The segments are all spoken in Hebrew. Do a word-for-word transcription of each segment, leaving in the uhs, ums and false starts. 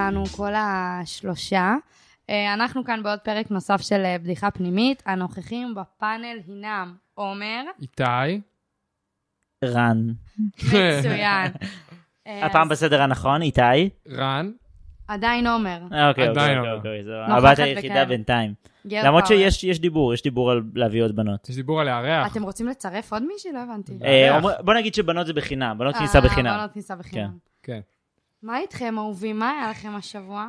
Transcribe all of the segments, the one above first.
שלנו, כל השלושה. אנחנו כאן בעוד פרק נוסף של בדיחה פנימית. הנוכחים בפאנל הינם עומר. איתי. רן. מצוין. הפעם בסדר הנכון, איתי. רן. עדיין עומר. אוקיי, אוקיי, אוקיי. זו הבת היחידה בינתיים. למרות שיש דיבור, יש דיבור על להביא עוד בנות. יש דיבור על לארח. אתם רוצים לצרף עוד מישהי? לא הבנתי. בוא נגיד שבנות זה בחינם, בנות כניסה בחינם. בנות כניסה בחינם. כן. מה איתכם, אהובים? מה היה לכם השבוע?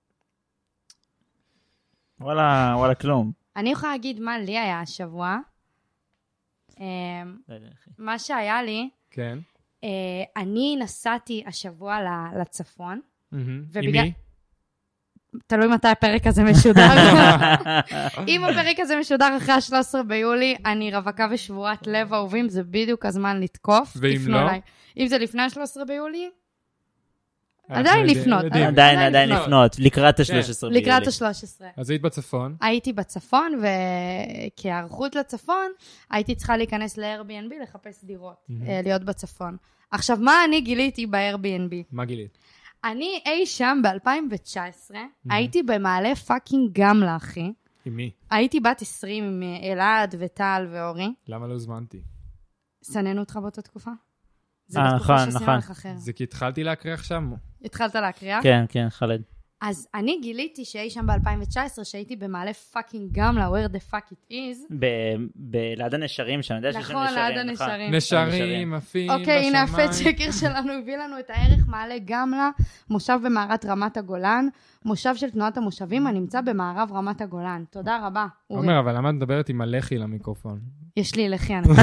וואלה, וואלה, כלום. אני יכולה להגיד מה לי היה השבוע. מה שהיה לי, כן. אני נסעתי השבוע לצפון. עם מי? תלוי מתי הפרק הזה משודר. אם הפרק הזה משודר אחרי ה-שלושה עשר ביולי, אני רווקה ושבורת לב אהובים, זה בדיוק הזמן לתקוף. ואם לא? אם זה לפני ה-שלושה עשר ביולי, עדיין לפנות. עדיין, עדיין לפנות, לקראת ה-שלושה עשר ביולי. לקראת ה-שלושה עשר. אז היית בצפון? הייתי בצפון, וכהערכות לצפון, הייתי צריכה להיכנס ל-Airbnb, לחפש דירות, להיות בצפון. עכשיו, מה אני גיליתי ב-Airbnb? מה גילית? אני אי שם ב-אלפיים תשע עשרה, הייתי במעלה פאקינג גמלה, אחי. עם מי? הייתי בת עשרים עם אלעד וטל ואורי. למה לא הזמנתי? סננו אותך באותה תקופה? זה בתקופה שעשינו לך אחר. זה כי התחלתי להקריח שם? התחלת להקריח? כן, כן, חלד. אז אני גיליתי שאי שם ב-אלפיים תשע עשרה, שהייתי במעלה פאקינג גמלה, where the fuck it is. בליד הנשרים, שאני יודע שיש שם נשרים. נכון, ליד הנשרים. נשרים, עפים בשמיים. אוקיי, הנה הפט שקר שלנו הביא לנו את הערך מעלה גמלה, מושב במערת רמת הגולן, מושב של תנועת המושבים, הנמצא במערב רמת הגולן. תודה רבה. עומר, אבל למה את מדברת עם הלחי למיקרופון? יש לי לחי, אני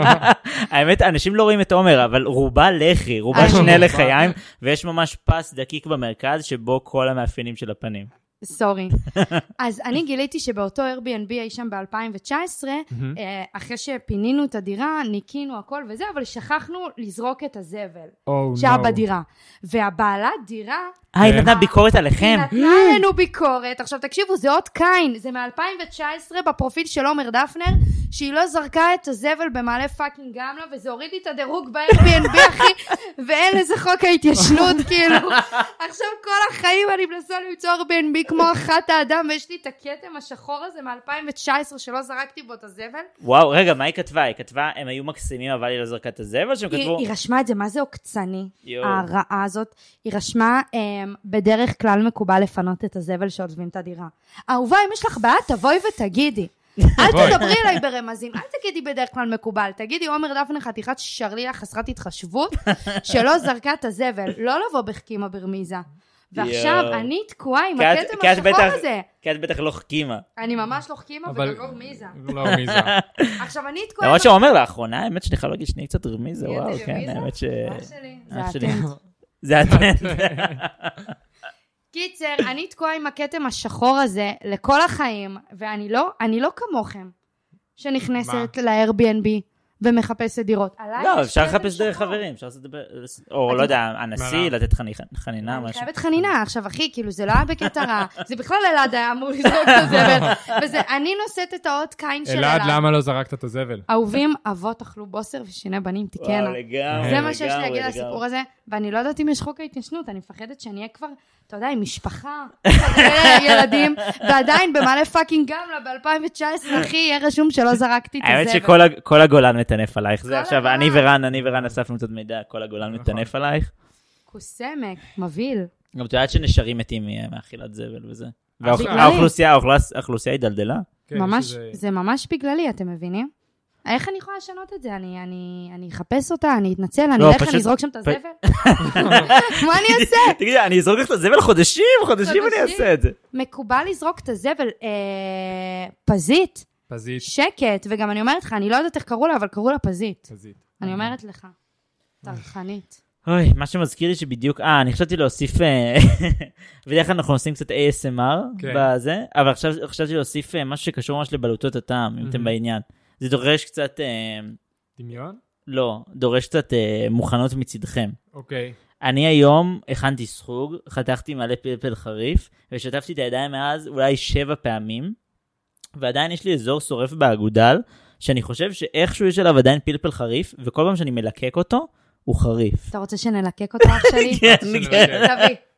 האמת, אנשים לא רואים את עומר, אבל רובה לחי, רובה שני לחיים, ויש ממש פס דקיק במרכז, שבו כל המאפיינים של הפנים. סורי. אז אני גיליתי שבאותו Airbnb אי שם ב-אלפיים תשע עשרה, אחרי שפינינו את הדירה, ניקינו הכל וזה, אבל שכחנו לזרוק את הזבל שהיה בדירה. והבעלת דירה... אה, היא נתנה ביקורת עליכם. היא נתנה לנו ביקורת. עכשיו תקשיבו, זה עוד קיין. זה מ-אלפיים תשע עשרה בפרופיל של עומר דפנר, שהיא לא זרקה את הזבל במעלה פאקינג גמלה, וזה הוריד לי את הדירוג ב-Airbnb, אחי, ואין לזה חוק ההתיישנות, כאילו. עכשיו כל החיים אני מנסה למצוא Airbnb כמו אחת האדם, ויש לי את הכתם השחור הזה מ-אלפיים תשע עשרה שלא זרקתי בו את הזבל. וואו, רגע, מה היא כתבה? היא כתבה, הם היו מקסימים, אבל היא לא זרקה את הזבל, שהם כתבו... היא רשמה את זה, מה זה עוקצני, הרעה הזאת? היא רשמה, בדרך כלל מקובל לפנות את הזבל שעוזבים את הדירה. אהובה, אם יש לך בעיה, תבואי ותגידי. אל תדברי אליי ברמזים, אל תגידי בדרך כלל מקובל, תגידי עומר דפנה חתיכת שרליה חסרת התחשבות, שלא זרקה את הזבל, לא לבוא בחכימה ברמיזה. ועכשיו אני תקועה עם הקטם השחור הזה. כי את בטח לא חכימה. אני ממש לא חכימה ולא רמיזה. לא רמיזה. עכשיו אני תקועה... למרות שאומר לאחרונה, האמת שאני יכול להגיד שני קצת רמיזה, וואו, כן, האמת ש... זה הטנט. זה הטנט. קיצר, אני תקועה עם הכתם השחור הזה לכל החיים, ואני לא, אני לא כמוכם, שנכנסת ל-Airbnb ומחפשת דירות. לא, אפשר לחפש דרך חברים, אפשר לעשות דבר, או לא יודע, הנשיא, לתת חנינה, משהו. אני חייבת חנינה, עכשיו אחי, כאילו זה לא היה בקטע רע, זה בכלל אלעד היה אמור לזרוק את הזבל, וזה, אני נושאת את האות קיין של אלעד. אלעד, למה לא זרקת את הזבל? אהובים, אבות אכלו בוסר ושיני בנים תיקנה. זה מה שיש להגיד על הסיפור הזה, ואני לא יודעת אם יש חוק ההתיישנות, אני מפחדת שאני אהיה כבר, אתה יודע, עם משפחה, ילדים, ועדיין במעלה פאקינג גמלה ב-אלפיים תשע עשרה, אחי, יהיה רשום שלא זרקתי את הזבל. האמת שכל הגולן מטנף עלייך. זה עכשיו, אני ורן, אני ורן אספנו קצת מידע, כל הגולן מטנף עלייך. קוסמק, מבהיל. גם אתה יודעת שנשארים מתים מאכילת זבל וזה. והאוכלוסייה, האוכלוסייה היא דלדלה. ממש, זה ממש בגללי, אתם מבינים? איך אני יכולה לשנות את זה? אני, אני, אני אחפש אותה, אני אתנצל, אני אלך, אני אזרוק שם את הזבל? מה אני אעשה? תגידי, אני אזרוק את הזבל חודשים, חודשים אני אעשה את זה. מקובל לזרוק את הזבל, פזית, פזית. שקט, וגם אני אומרת לך, אני לא יודעת איך קראו לה, אבל קראו לה פזית. פזית. אני אומרת לך, תרחנית. אוי, מה שמזכיר לי שבדיוק, אה, אני חשבתי להוסיף, בדרך כלל אנחנו עושים קצת איי אס אם אר בזה, אבל חשבתי להוסיף משהו שקשור ממש לבלוטות הטעם, אם אתם בעניין. זה דורש קצת... דמיון? לא, דורש קצת מוכנות מצדכם. אוקיי. אני היום הכנתי סחוג, חתכתי מלא פלפל חריף, ושתפתי את הידיים מאז אולי שבע פעמים, ועדיין יש לי אזור שורף באגודל, שאני חושב שאיכשהו יש עליו עדיין פלפל חריף, וכל פעם שאני מלקק אותו, הוא חריף. אתה רוצה שנלקק אותו אח שלי? כן, כן. תביא,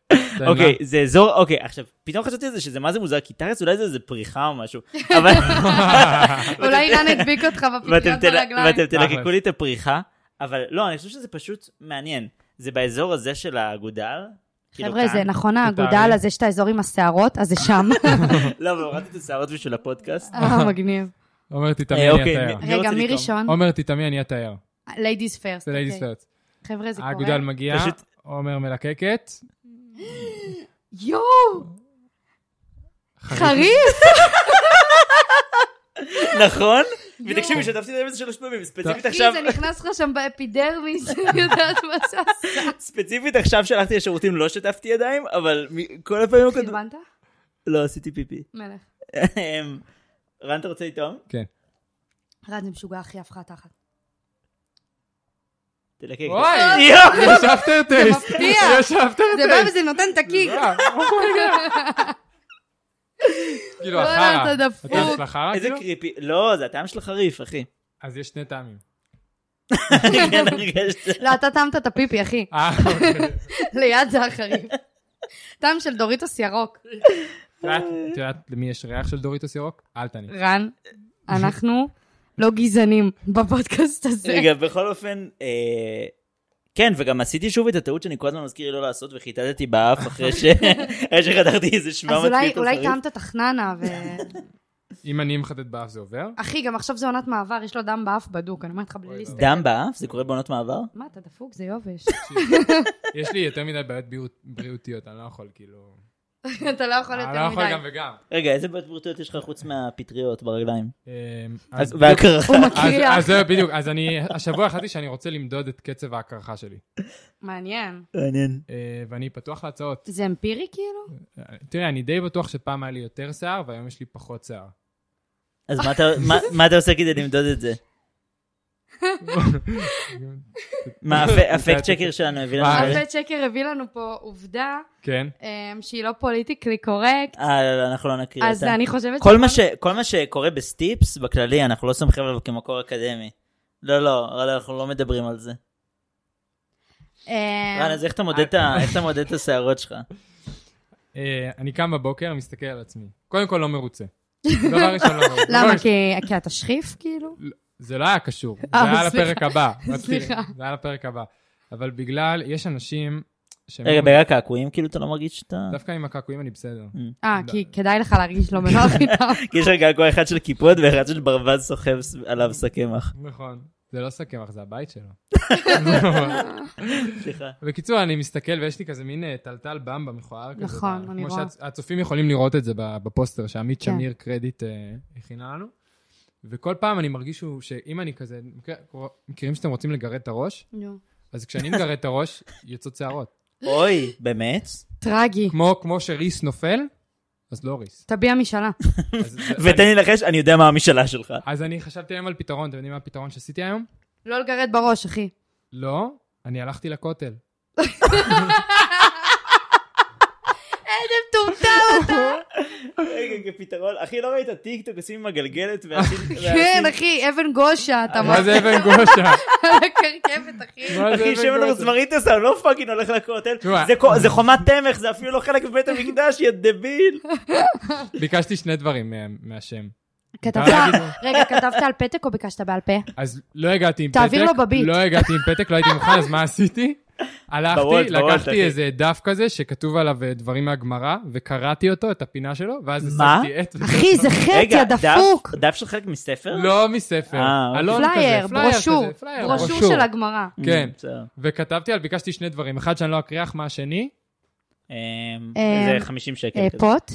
אוקיי, זה אזור, אוקיי, עכשיו, פתאום חשבתי על זה שזה מה זה מוזר, כי תרץ אולי זה איזה פריחה או משהו, אבל... אולי רן הדביק אותך בפטריות ברגליים. ואתם תלקקו לי את הפריחה, אבל לא, אני חושב שזה פשוט מעניין. זה באזור הזה של האגודל. חבר'ה, זה נכון האגודל, אז יש את האזור עם השערות, אז זה שם. לא, אבל הורדתי את השערות בשביל הפודקאסט. אה, מגניב. עומר, תתאמי, אני אתאר. רגע, מי ראשון? עומר, תתאמי, אני אתאר. ליידיס פרסט. זה ליידיס פרסט. חבר'ה, זה קורה. האגודל מגיע, עומר מלקקת. יואו! חריף! נכון? ותקשיבי, שתפתי את זה שלוש פעמים, ספציפית עכשיו... זה נכנס לך שם באפידרמיס, אני יודעת מה שעשה. ספציפית עכשיו שלחתי לשירותים, לא שתפתי ידיים, אבל כל הפעמים... סילבנת? לא, עשיתי פיפי. מלך. רן, אתה רוצה איתו? כן. רן, זה משוגע הכי הפכה תחת. תלקק. וואי! יש אפטר טייסט. זה מפתיע. יש אפטר טייסט. זה בא וזה נותן את הקיק. כאילו, החרה. אתה דפוק. אתה של החרה? איזה קריפי. לא, זה הטעם של החריף, אחי. אז יש שני טעמים. כן, הרגשת. לא, אתה טעמת את הפיפי, אחי. אה, אוקיי. ליד זה החריף. טעם של דוריטוס ירוק. את יודעת למי יש ריח של דוריטוס ירוק? אל תעני. רן, אנחנו לא גזענים בפודקאסט הזה. רגע, בכל אופן, כן, וגם עשיתי שוב את הטעות שאני כל הזמן מזכיר לא לעשות, וחיטטתי באף אחרי שחתכתי איזה שמע אז מתקיף על אולי חריף. טעמת תחננה ו... אם אני מחטט באף זה עובר? אחי, גם עכשיו זה עונת מעבר, יש לו דם באף בדוק, אני אומרת לך בלי להסתכל. דם באף? זה קורה בעונות מעבר? מה, אתה דפוק? זה יובש. יש לי יותר מדי בעיות בריאותיות, אני לא יכול כאילו... אתה לא יכול אני יותר לא יכול מדי. גם וגם. רגע, איזה בעיות בריאותיות יש לך חוץ מהפטריות ברגליים? אז והקרחה. הוא מקריח. אז זהו, בדיוק. אז אני, השבוע החלטתי שאני רוצה למדוד את קצב ההקרחה שלי. מעניין. מעניין. ואני פתוח להצעות. זה אמפירי כאילו? תראה, אני די בטוח שפעם היה לי יותר שיער, והיום יש לי פחות שיער. אז מה אתה עושה כדי למדוד את זה? מה, הפקט צ'קר שלנו הביא לנו? הפקט צ'קר הביא לנו פה עובדה, כן. שהיא לא פוליטיקלי קורקט. אה, לא, לא, אנחנו לא נקריא אותה. אז אני חושבת... כל מה שקורה בסטיפס, בכללי, אנחנו לא סומכים עליו כמקור אקדמי. לא, לא, אנחנו לא מדברים על זה. רן, אז איך אתה מודד את השערות שלך? אני קם בבוקר, מסתכל על עצמי. קודם כל לא מרוצה. דבר ראשון לא מרוצה. למה? כי אתה שכיף כאילו? זה לא היה קשור, זה היה לפרק הבא. סליחה. זה היה לפרק הבא. אבל בגלל, יש אנשים... רגע, בגלל קעקועים, כאילו אתה לא מרגיש שאתה... דווקא עם הקעקועים אני בסדר. אה, כי כדאי לך להרגיש לא בנוח איתם. כי יש רגע קעקוע אחד של כיפות ואחד של ברווז סוחב עליו סכמח. נכון. זה לא סכמח, זה הבית שלו. בקיצור, אני מסתכל ויש לי כזה מין טלטל במבה מכוער כזה. נכון, אני רואה. כמו שהצופים יכולים לראות את זה בפוסטר, שעמית שמיר קרדיט הכינה לנו. וכל פעם אני מרגיש שאם אני כזה, מכירים שאתם רוצים לגרד את הראש? אז כשאני מגרד את הראש, יוצאות שערות. אוי, באמת? טרגי. כמו שריס נופל, אז לא ריס. תביע משאלה. ותן לי לחש, אני יודע מה המשאלה שלך. אז אני חשבתי היום על פתרון, אתם יודעים מה הפתרון שעשיתי היום? לא לגרד בראש, אחי. לא, אני הלכתי לכותל. איזה מטומטם אתה. רגע, כפתרון, אחי, לא ראית טיקטוק עושים עם הגלגלת? כן, אחי, אבן גושה. מה זה אבן גושה? על הקרקבת, אחי. אחי, שמן רוזמרית עשה, לא פאקינג הולך לכותל. זה חומת תמך, זה אפילו לא חלק מבית המקדש, יא דביל. ביקשתי שני דברים מהשם. כתבת, רגע, כתבת על פתק או ביקשת בעל פה? אז לא הגעתי עם פתק. תעביר לו בביט. לא הגעתי עם פתק, לא הייתי מוכן, אז מה עשיתי? הלכתי, לקחתי איזה דף כזה שכתוב עליו דברים מהגמרא, וקראתי אותו, את הפינה שלו, ואז השגתי את... אחי, זה חטא, דפוק. דף של חלק מספר? לא מספר. פלייר, ברושור. ברושור של הגמרא. כן. וכתבתי על, ביקשתי שני דברים. אחד שאני לא אקריח, מה השני? זה חמישים שקל. פוט.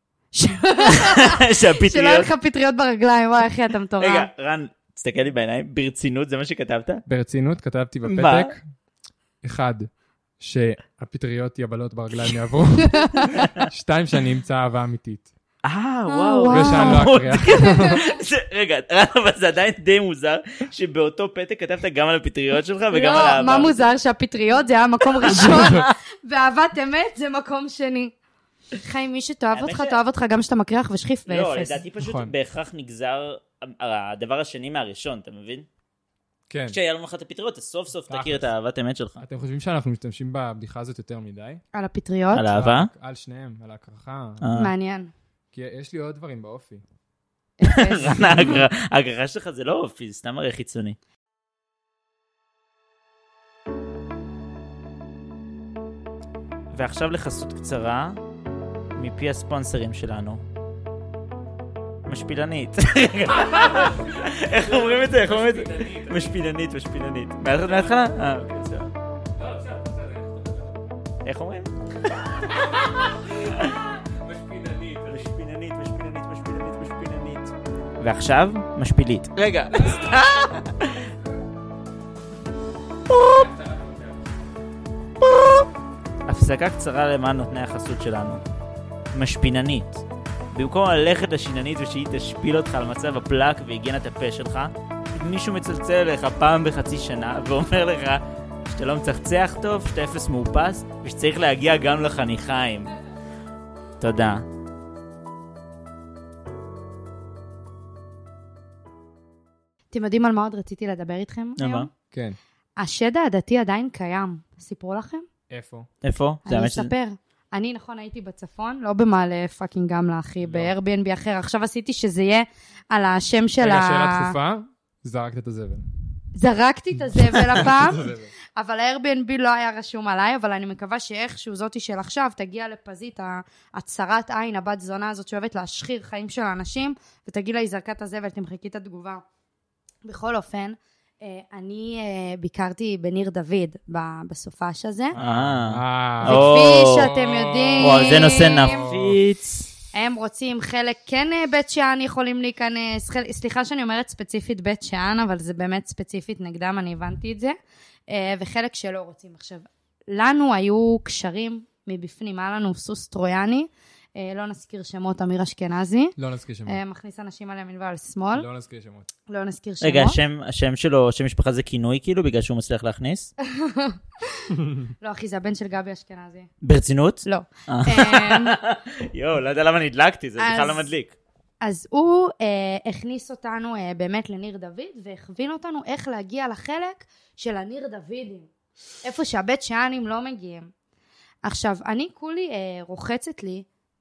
שלא יהיה לך פטריות ברגליים, וואי, אחי, אתה מטורף. רגע, רן, תסתכל לי בעיניים, ברצינות, זה מה שכתבת? ברצינות, כתבתי בפתק. אחד, שהפטריות יבלות ברגליים יעברו. שתיים, שאני אמצא אהבה אמיתית. אה, וואו. ושאני לא אקריח. רגע, אבל זה עדיין די מוזר, שבאותו פתק כתבת גם על הפטריות שלך וגם על האהבה. לא, מה מוזר? שהפטריות זה היה מקום ראשון, ואהבת אמת זה מקום שני. חיים, מי שתאהב אותך, תאהב אותך גם שאתה מקריח ושכיף באפס. לא, לדעתי פשוט בהכרח נגזר הדבר השני מהראשון, אתה מבין? כן. כשהיה לנו לך את הפטריות, אתה סוף סוף תכיר את האהבת האמת שלך. אתם חושבים שאנחנו משתמשים בבדיחה הזאת יותר מדי? על הפטריות? על האהבה? על שניהם, על ההקרחה. מעניין. כי יש לי עוד דברים באופי. ההקרחה שלך זה לא אופי, זה סתם הרי חיצוני. ועכשיו לחסות קצרה מפי הספונסרים שלנו. משפילנית. איך אומרים את זה? איך אומרים את זה? משפילנית, משפילנית. מההתחלה? אה, אוקיי, בסדר. איך אומרים? משפילנית. משפילנית, משפילנית, משפילנית, משפילנית. ועכשיו, משפילית. רגע. הפסקה קצרה למען נותני החסות שלנו. משפיננית. במקום ללכת לשיננית ושהיא תשפיל אותך על מצב הפלק והגן את הפה שלך, מישהו מצלצל אליך פעם בחצי שנה ואומר לך שאתה לא מצחצח טוב, שאתה אפס מאופס ושצריך להגיע גם לחניכיים. תודה. אתם יודעים על מה עוד רציתי לדבר איתכם היום? כן. השד העדתי עדיין קיים. סיפרו לכם? איפה? איפה? אני אספר. אני נכון הייתי בצפון, לא במעלה פאקינג גם לאחי, ב-Airbnb אחר. עכשיו עשיתי שזה יהיה על השם של ה... רגע, שאלה דחופה, זרקת את הזבל. זרקתי את הזבל הפעם, אבל ה-Airbnb לא היה רשום עליי, אבל אני מקווה שאיכשהו זאתי של עכשיו, תגיע לפזית, הצרת עין, הבת זונה הזאת שאוהבת להשחיר חיים של האנשים, ותגיד לה, היא זרקה את הזבל, תמחקי את התגובה. בכל אופן, אני ביקרתי בניר דוד בסופש הזה. וכפי שאתם יודעים... זה נושא נפיץ. הם רוצים חלק כן בית שאן יכולים להיכנס. סליחה שאני אומרת ספציפית בית שאן, אבל זה באמת ספציפית נגדם, אני הבנתי את זה. וחלק שלא רוצים. עכשיו, לנו היו קשרים מבפנים, היה לנו סוס טרויאני, לא נזכיר שמות, אמיר אשכנזי. לא נזכיר שמות. מכניס אנשים על ימין ועל שמאל. לא נזכיר שמות. לא נזכיר שמות. רגע, השם שלו, שם משפחה זה כינוי כאילו, בגלל שהוא מצליח להכניס? לא, אחי, זה הבן של גבי אשכנזי. ברצינות? לא. יואו, לא יודע למה נדלקתי, זה בכלל לא מדליק. אז הוא הכניס אותנו באמת לניר דוד, והכווין אותנו איך להגיע לחלק של הניר דודים. איפה שהבית שאנים לא מגיעים. עכשיו, אני כולי רוחצת לי,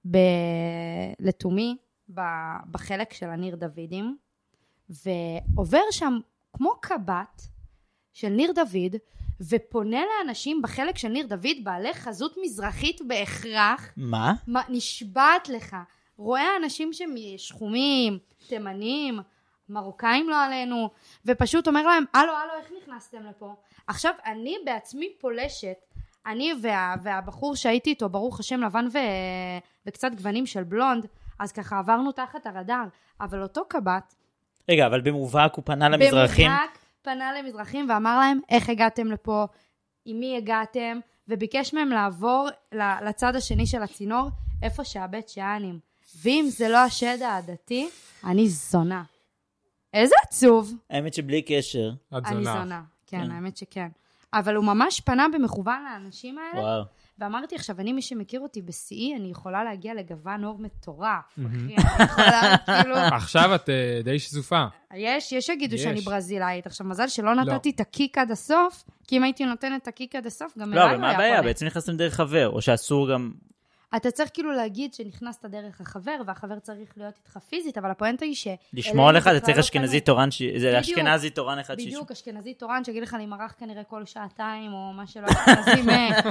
לתומי בחלק של הניר דוידים, ועובר שם כמו קבט של ניר דוד, ופונה לאנשים בחלק של ניר דוד בעלי חזות מזרחית בהכרח. מה? מה נשבעת לך. רואה אנשים ששחומים, תימנים, מרוקאים לא עלינו, ופשוט אומר להם, הלו, הלו, איך נכנסתם לפה? עכשיו, אני בעצמי פולשת, אני וה, והבחור שהייתי איתו, ברוך השם לבן ו... וקצת גוונים של בלונד, אז ככה עברנו תחת הרדאר, אבל אותו קבט... רגע, אבל במובהק הוא פנה למזרחים? במובהק פנה למזרחים ואמר להם, איך הגעתם לפה, עם מי הגעתם, וביקש מהם לעבור לצד השני של הצינור, איפה שהבית שאנים. ואם זה לא השד העדתי, אני זונה. איזה עצוב. האמת שבלי קשר. את זונה. אני זונה, כן, האמת שכן. אבל הוא ממש פנה במכוון לאנשים האלה, וואו. ואמרתי, עכשיו, אני, מי שמכיר אותי בסי, אני יכולה להגיע לגוון אור מטורף. אני יכולה, כאילו... עכשיו את די שזופה. יש, יש יגידו שאני ברזילאית. עכשיו, מזל שלא נתתי את הקיק עד הסוף, כי אם הייתי נותנת את הקיק עד הסוף, גם לא, אבל מה הבעיה? בעצם נכנסתם דרך חבר, או שאסור גם... אתה צריך כאילו להגיד שנכנסת דרך החבר, והחבר צריך להיות איתך פיזית, אבל הפואנטה היא ש... לשמוע לך, אתה צריך אשכנזי תורן, זה אשכנזי תורן אחד שיש. בדיוק, אשכנזי תורן, שיגיד לך אני מרח כנראה כל שעתיים, או מה שלא אשכנזים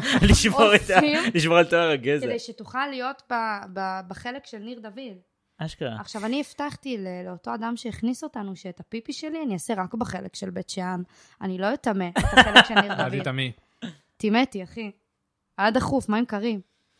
לשמור על תואר הגזע. כדי שתוכל להיות בחלק של ניר דוד. אשכרה. עכשיו, אני הבטחתי לאותו אדם שהכניס אותנו, שאת הפיפי שלי אני אעשה רק בחלק של בית שאן. אני לא אתאמה את החלק של ניר דוד. עדי תמי. תימתי, אחי. היה דחוף, מים קרים.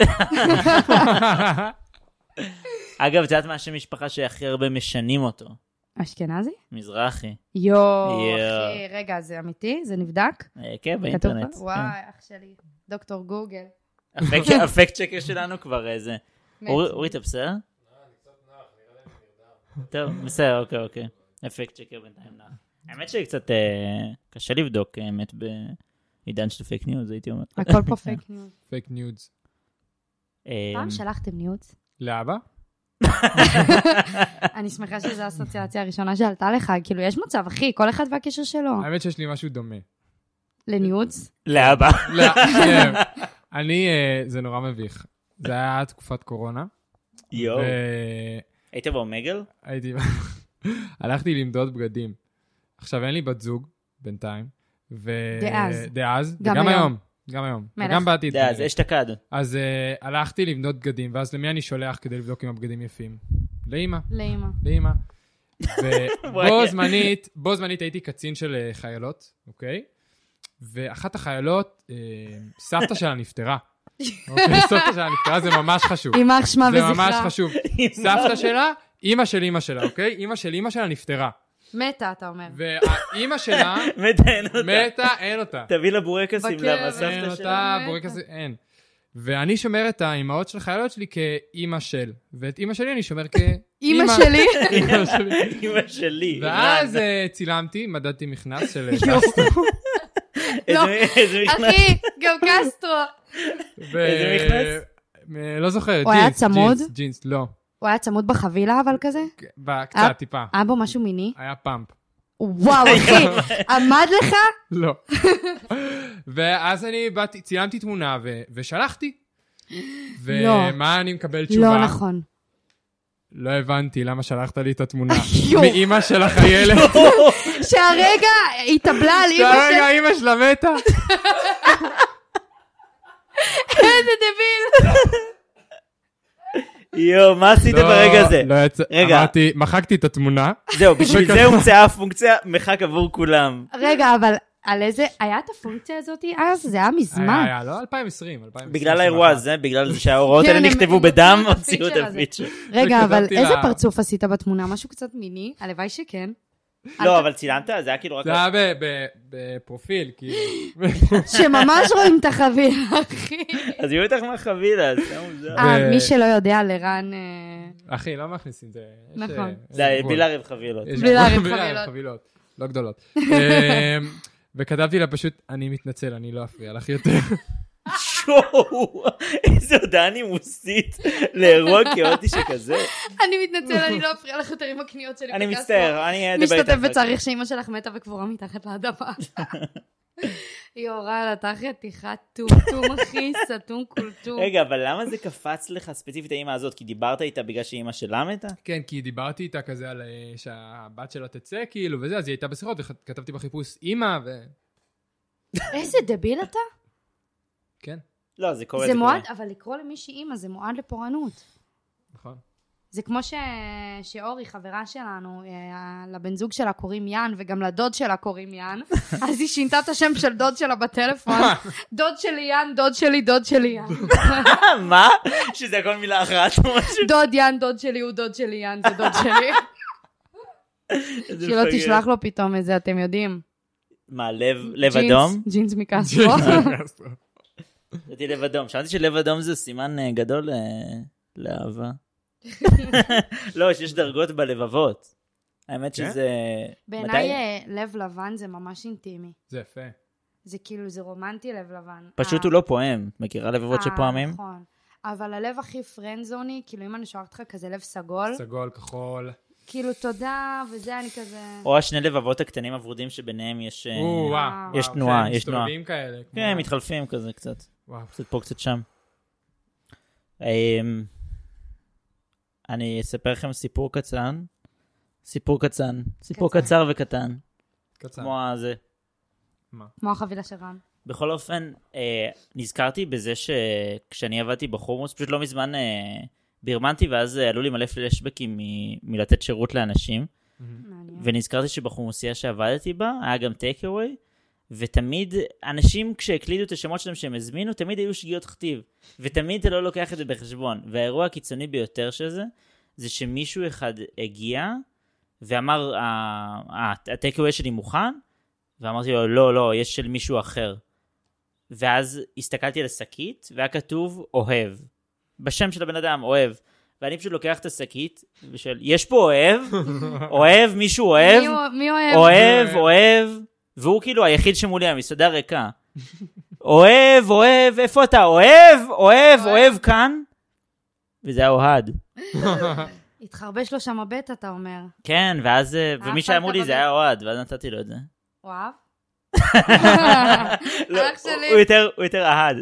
אגב, את יודעת מה השם משפחה שהכי הרבה משנים אותו? אשכנזי? מזרחי. יואו, אחי, רגע, זה אמיתי? זה נבדק? כן, באינטרנט. וואי, אח שלי, דוקטור גוגל. הפקט צ'קר שלנו כבר איזה. אורי, אתה בסדר? לא, אני קצת נח, נראה לי נרדם. טוב, בסדר, אוקיי, אוקיי. הפקט צ'קר בינתיים נח. האמת שקצת קשה לבדוק, האמת, בעידן של פייק ניוז, הייתי אומר. הכל פה פייק ניוז. פייק ניוז. פעם שלחתם ניוז? לאבא? אני שמחה שזו האסוציאציה הראשונה שעלתה לך, כאילו יש מצב, אחי, כל אחד והקשר שלו. האמת שיש לי משהו דומה. לניוץ? לאבא. אני, זה נורא מביך. זה היה תקופת קורונה. יואו. היית באומגל? הייתי, הלכתי למדוד בגדים. עכשיו אין לי בת זוג, בינתיים. דאז. דאז, וגם היום. גם היום. וגם בעתיד. דאז, אשתקד. אז הלכתי למדוד בגדים, ואז למי אני שולח כדי לבדוק אם הבגדים יפים? לאמא. לאמא. לאמא. ובו זמנית, בו זמנית הייתי קצין של חיילות, אוקיי? ואחת החיילות, סבתא שלה נפטרה. אוקיי, סבתא שלה נפטרה, זה ממש חשוב. יימח שמה וזכרה. זה ממש חשוב. סבתא שלה, אמא של אמא שלה, אוקיי? אמא של אמא שלה נפטרה. מתה, אתה אומר. והאמא שלה... מתה, אין אותה. מתה, אין אותה. תביא לה בורקסים, למה סבתא שלה? אין אותה, בורקסים, אין. ואני שומר את האימהות של חיילות שלי כאימא של. ואת אימא שלי אני שומר כאימא... אימא שלי? אימא שלי. ואז צילמתי, מדדתי מכנס של... לא, אחי, גם קסטרו. איזה מכנס? לא זוכר, ג'ינס. הוא היה צמוד? ג'ינס, לא. הוא היה צמוד בחבילה, אבל כזה? קצת, טיפה. היה בו משהו מיני? היה פאמפ. וואו, אחי, עמד לך? לא. ואז אני באתי, צילמתי תמונה ושלחתי. ומה אני מקבל תשובה? לא נכון. לא הבנתי למה שלחת לי את התמונה. מאמא של החיילת. שהרגע התאבלה על אמא של... שהרגע אמא שלה מתה. איזה דביל. יו, מה עשית ברגע הזה? לא יצא, אמרתי, מחקתי את התמונה. זהו, בשביל זה הומצאה הפונקציה מחק עבור כולם. רגע, אבל על איזה, היה את הפונקציה הזאת אז? זה היה מזמן. היה, לא, אלפיים ועשרים. בגלל האירוע הזה, בגלל שההוראות האלה נכתבו בדם, הוציאו את הפיצ'ר. רגע, אבל איזה פרצוף עשית בתמונה? משהו קצת מיני? הלוואי שכן. לא, אבל צילמת? זה היה כאילו רק... זה היה בפרופיל, כאילו. שממש רואים את החבילה, אחי. אז יהיו איתך מהחבילה, אז זה מוזר. אה, מי שלא יודע, לרן... אחי, לא מכניסים, זה... נכון. זה בלי להריב חבילות. בלי להריב חבילות. לא גדולות. וכתבתי לה פשוט, אני מתנצל, אני לא אפריע לך יותר. שואו, איזה הודעה נימוסית לאירוע כאוטי שכזה. אני מתנצל, אני לא אפריע לך יותר עם הקניות שלי. אני מצטער, אני אדבר איתך. משתתף בצריך שאמא שלך מתה וקבורה מתחת לאדמה. יורה, אתה חתיכת טומטום, אחי, סתום קולטום. רגע, אבל למה זה קפץ לך ספציפית האמא הזאת? כי דיברת איתה בגלל שאמא שלה מתה? כן, כי דיברתי איתה כזה על שהבת שלה תצא, כאילו, וזה, אז היא הייתה בשיחות, וכתבתי בחיפוש אמא, ו... איזה דביל אתה? כן. לא, זה קורה. זה מועד, אבל לקרוא למישהי אמא, זה מועד לפורענות. נכון. זה כמו ש... שאורי, חברה שלנו, לבן זוג שלה קוראים יאן, וגם לדוד שלה קוראים יאן, אז היא שינתה את השם של דוד שלה בטלפון. דוד שלי יאן, דוד שלי, דוד שלי יאן. מה? שזה הכל מילה אחת או משהו? דוד יאן, דוד שלי הוא דוד שלי יאן, זה דוד שלי. שלא תשלח לו פתאום את זה, אתם יודעים. מה, לב אדום? ג'ינס מקסטרו. ראיתי לב אדום. שמעתי שלב אדום זה סימן גדול לאהבה. לא, שיש דרגות בלבבות. האמת שזה... בעיניי לב לבן זה ממש אינטימי. זה יפה. זה כאילו, זה רומנטי לב לבן. פשוט הוא לא פועם. מכירה לבבות שפועמים? נכון. אבל הלב הכי פרנזוני, כאילו אם אני שואלת לך כזה לב סגול. סגול, כחול. כאילו תודה, וזה אני כזה... או השני לבבות הקטנים הוורודים שביניהם יש... יש תנועה, יש תנועה. מסתובבים כאלה. כן, מתחלפים כזה קצת. קצת פה, קצת שם. אני אספר לכם סיפור קצן. סיפור קצן. סיפור קצר וקטן. קצן. כמו הזה. מה? כמו החבילה של רן. בכל אופן, אה, נזכרתי בזה שכשאני עבדתי בחומוס, פשוט לא מזמן אה, בירמנתי, ואז עלו לי מלא פלשבקים מ- מלתת שירות לאנשים. Mm-hmm. ונזכרתי שבחומוסיה שעבדתי בה, היה גם טייק-אווי, ותמיד אנשים כשהקלידו את השמות שלהם שהם הזמינו, תמיד היו שגיאות כתיב. ותמיד אתה לא לוקח את זה בחשבון. והאירוע הקיצוני ביותר של זה, זה שמישהו אחד הגיע, ואמר, הטייק-אווי שלי מוכן? ואמרתי לו, לא, לא, יש של מישהו אחר. ואז הסתכלתי על השקית, והיה כתוב אוהב. בשם של הבן אדם, אוהב. ואני פשוט לוקח את השקית, ושואל, יש פה אוהב? אוהב? מישהו אוהב? מי אוהב? אוהב, אוהב. והוא כאילו היחיד שמולי, המסעדה ריקה. אוהב, אוהב, איפה אתה? אוהב, אוהב, אוהב כאן. וזה היה אוהד. התחרבש לו שם הבט, אתה אומר. כן, ואז, ומי שאמרו לי זה היה אוהד, ואז נתתי לו את זה. וואו. הוא יותר אהד.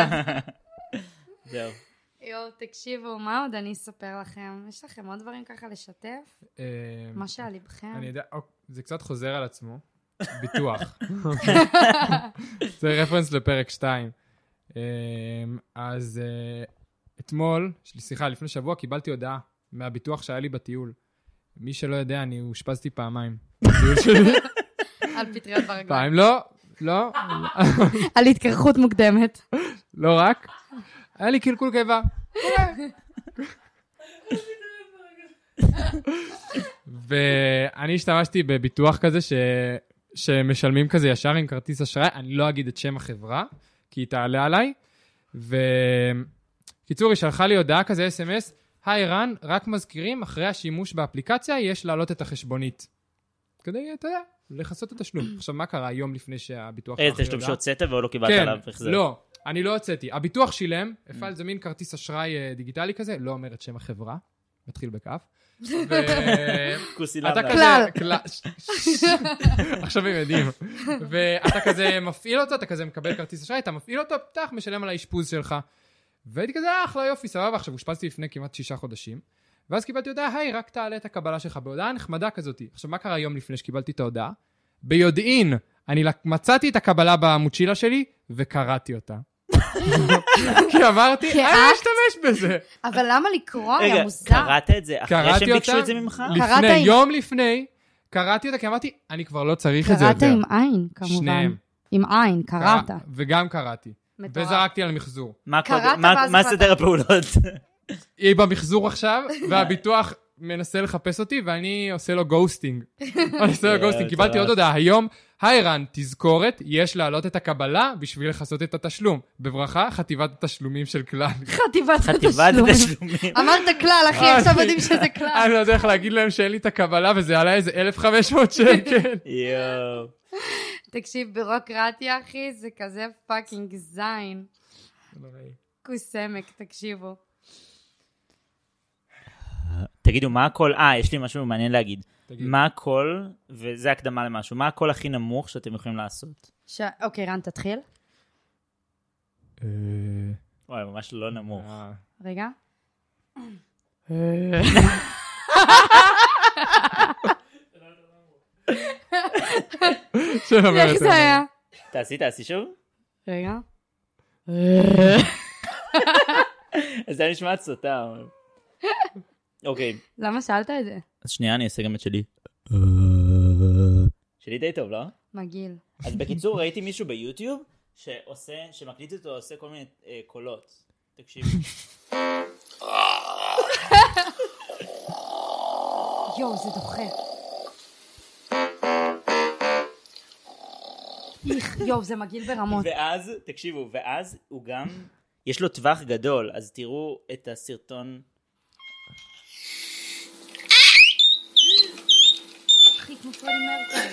זהו. יואו, תקשיבו, מה עוד אני אספר לכם? יש לכם עוד דברים ככה לשתף? מה שעל לבכם? אני יודע, זה קצת חוזר על עצמו. ביטוח. זה רפרנס לפרק שתיים. אז אתמול, סליחה, לפני שבוע, קיבלתי הודעה מהביטוח שהיה לי בטיול. מי שלא יודע, אני הושפזתי פעמיים. בטיול שלי. על פטריות ברגליים. פעם לא, לא. על התקרחות מוקדמת. לא רק. היה לי קלקול קיבה. ואני השתמשתי בביטוח כזה ש... שמשלמים כזה ישר עם כרטיס אשראי. אני לא אגיד את שם החברה, כי היא תעלה עליי. וקיצור, היא שלחה לי הודעה כזה אס אם אס, היי רן, רק מזכירים, אחרי השימוש באפליקציה יש להעלות את החשבונית. כדי, אתה יודע, לחסות את התשלום. עכשיו, מה קרה היום לפני שהביטוח... איזה תשלום שהוצאת והוא לא קיבלת עליו. כן, לא, אני לא הוצאתי. הביטוח שילם, הפעל זה מין כרטיס אשראי דיגיטלי כזה, לא אומר את שם החברה, מתחיל בכף. כוסי למה. כלל. עכשיו הם יודעים. ואתה כזה מפעיל אותו, אתה כזה מקבל כרטיס אשראי, אתה מפעיל אותו, פתח, משלם על האשפוז שלך. והייתי כזה, אחלה יופי, סבבה, עכשיו הושפזתי לפני כמעט שישה חודשים. ואז קיבלתי הודעה, היי, רק תעלה את הקבלה שלך בהודעה נחמדה כזאת. עכשיו, מה קרה יום לפני שקיבלתי את ההודעה? ביודעין, אני מצאתי את הקבלה במוצ'ילה שלי, וקראתי אותה. כי אמרתי, אני אשתמש בזה. אבל למה לקרוא? היה מוזר. קראת את זה אחרי שהם ביקשו את זה ממך? לפני, יום לפני, קראתי אותה, כי אמרתי, אני כבר לא צריך את זה יותר. קראת עם עין, כמובן. שניהם. עם עין, קראת. וגם קראתי. וזרקתי על מחזור. מה סדר הפעולות? היא במחזור עכשיו, והביטוח מנסה לחפש אותי, ואני עושה לו גוסטינג. אני עושה לו גוסטינג. קיבלתי עוד הודעה, היום, היי רן, תזכורת, יש להעלות את הקבלה בשביל לחסות את התשלום. בברכה, חטיבת התשלומים של כלל. חטיבת התשלומים. אמרת כלל, אחי, עכשיו יודעים שזה כלל. אני לא יודע איך להגיד להם שאין לי את הקבלה, וזה עלה איזה אלף וחמש מאות שקל. יואו. תקשיב, בירוקרטיה, אחי, זה כזה פאקינג זין. כוסמק, תקשיבו. תגידו, מה הכל, אה, יש לי משהו מעניין להגיד. מה הכל, וזה הקדמה למשהו, מה הכל הכי נמוך שאתם יכולים לעשות? אוקיי, רן, תתחיל. וואי, ממש לא נמוך. רגע. איך זה היה? תעשי, תעשי שוב. רגע. אז זה נשמע סוטה. אוקיי. למה שאלת את זה? אז שנייה, אני אעשה גם את שלי. שלי די טוב, לא? מגעיל. אז בקיצור, ראיתי מישהו ביוטיוב שעושה, שמקליט אותו, עושה כל מיני קולות. תקשיב. יואו, זה דוחה. יואו, זה מגעיל ברמות. ואז, תקשיבו, ואז הוא גם, יש לו טווח גדול, אז תראו את הסרטון. אחי, כמו פרדי מרקורי.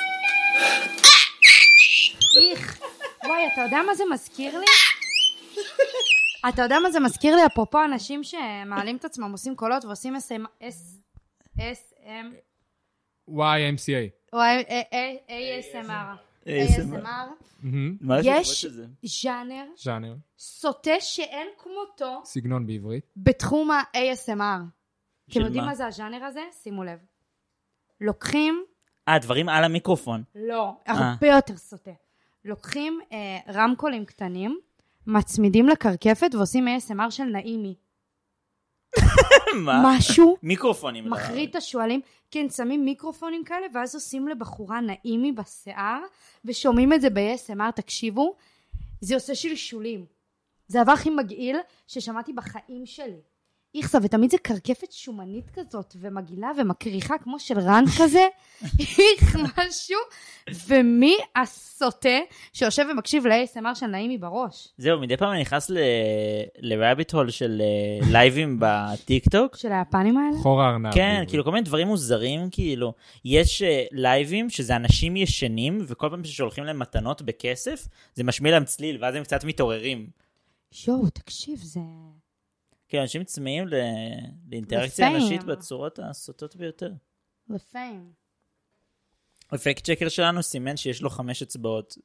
איך. וואי, אתה יודע מה זה מזכיר לי? אתה יודע מה זה מזכיר לי? אפרופו אנשים שמעלים את עצמם, עושים קולות ועושים אס אם... וואי אם סי איי. וואי, איי אס אם אר. איי אס אם אר. יש ז'אנר. ז'אנר. סוטה שאין כמותו. סגנון בעברית. בתחום ה-איי אס אם אר. אתם יודעים מה זה הז'אנר הזה? שימו לב. לוקחים... אה, דברים על המיקרופון. לא, הרבה יותר סוטה. לוקחים רמקולים קטנים, מצמידים לקרקפת ועושים איי אס אם אר של נעימי. מה? משהו. מיקרופונים. מחריד את השואלים. כן, שמים מיקרופונים כאלה, ואז עושים לבחורה נעימי בשיער, ושומעים את זה ב-איי אס אם אר, תקשיבו, זה עושה שלשולים. זה הדבר הכי מגעיל ששמעתי בחיים שלי. איכסה, ותמיד זה קרקפת שומנית כזאת, ומגעילה ומקריחה כמו של רן כזה, איך משהו, ומי הסוטה שיושב ומקשיב ל-איי אס אם אר של נעימי בראש? זהו, מדי פעם אני נכנס לרביט הול של לייבים בטיק-טוק. של היפנים האלה? חור הארנב. כן, כאילו כל מיני דברים מוזרים, כאילו, יש לייבים שזה אנשים ישנים, וכל פעם ששולחים להם מתנות בכסף, זה משמיע להם צליל, ואז הם קצת מתעוררים. יואו, תקשיב, זה... כי אנשים צמאים לאינטראקציה אנושית בצורות הסוטות ביותר. לפיים. אפקט שקר שלנו סימן שיש לו חמש אצבעות.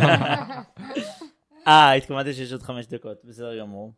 אה, התכוונתי שיש עוד חמש דקות, בסדר גמור.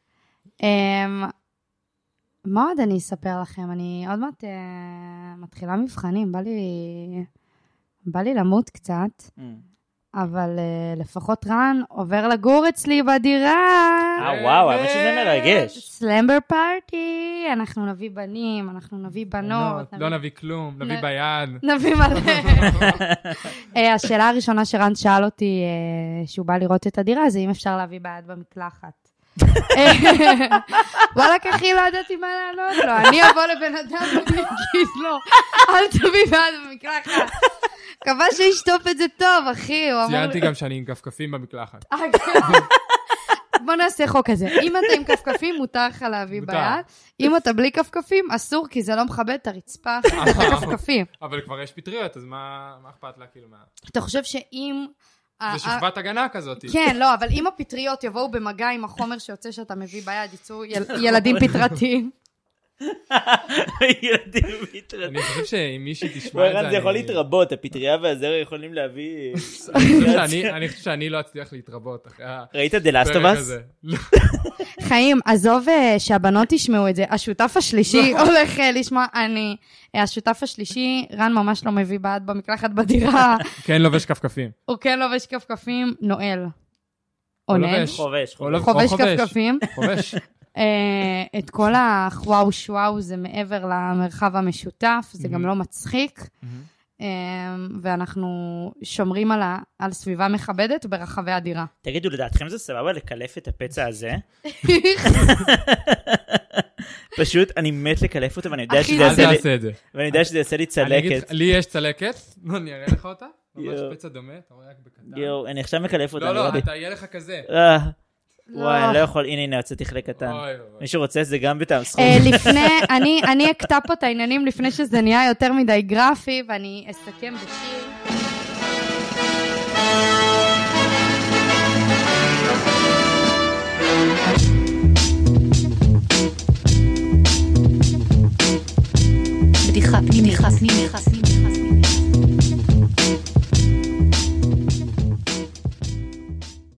מה עוד אני אספר לכם? אני עוד מעט מתחילה מבחנים, בא לי, בא לי למות קצת, אבל לפחות רן עובר לגור אצלי בדירה. אה, וואו, האמת שזה מרגש. סלמבר פארטי, אנחנו נביא בנים, אנחנו נביא בנות. לא נביא כלום, נביא ביד. נביא מלא. השאלה הראשונה שרן שאל אותי, שהוא בא לראות את הדירה, זה אם אפשר להביא ביד במקלחת. וואלק אחי, לא ידעתי מה לענות לו, אני אבוא לבן אדם ואגיד לו, אל תביא ביד במקלחת. קבע שישטוף את זה טוב, אחי. ציינתי גם שאני עם כפכפים במקלחת. בוא נעשה חוק הזה. אם אתה עם כפכפים, מותר לך להביא ביד. אם אתה בלי כפכפים, אסור, כי זה לא מכבד את הרצפה, את הכפכפים. אבל כבר יש פטריות, אז מה אכפת לה כאילו מה? אתה חושב שאם... זה שכבת הגנה כזאת. כן, לא, אבל אם הפטריות יבואו במגע עם החומר שיוצא שאתה מביא ביד, יצאו ילדים פטרתיים. ילדים פטרתיים. אני חושב שאם מישהי תשמע את זה... זה יכול להתרבות, הפטריה והזרע יכולים להביא... אני חושב שאני לא אצליח להתרבות. ראית The Last of Us? חיים, עזוב שהבנות ישמעו את זה. השותף השלישי הולך לשמוע, אני... השותף השלישי, רן ממש לא מביא בעד במקלחת בדירה. כן לובש כפכפים. הוא כן לובש כפכפים, נועל. עונן. חובש. חובש כפכפים. חובש. את כל הוואו שוואו זה מעבר למרחב המשותף, זה גם לא מצחיק, ואנחנו שומרים על סביבה מכבדת ברחבי הדירה. תגידו, לדעתכם זה סבבה לקלף את הפצע הזה? פשוט אני מת לקלף אותו, ואני יודע שזה יעשה לי צלקת. לי יש צלקת, אני אראה לך אותה, ממש פצע דומה, אתה רואה רק בקטן. יואו, אני עכשיו מקלף אותה. לא, לא, אתה יהיה לך כזה. וואי, אני לא יכול, הנה, הנה, יוצא תכלה קטן. מי שרוצה, זה גם בטעם סכום. לפני, אני אקטע פה את העניינים לפני שזה נהיה יותר מדי גרפי, ואני אסכם בשיר.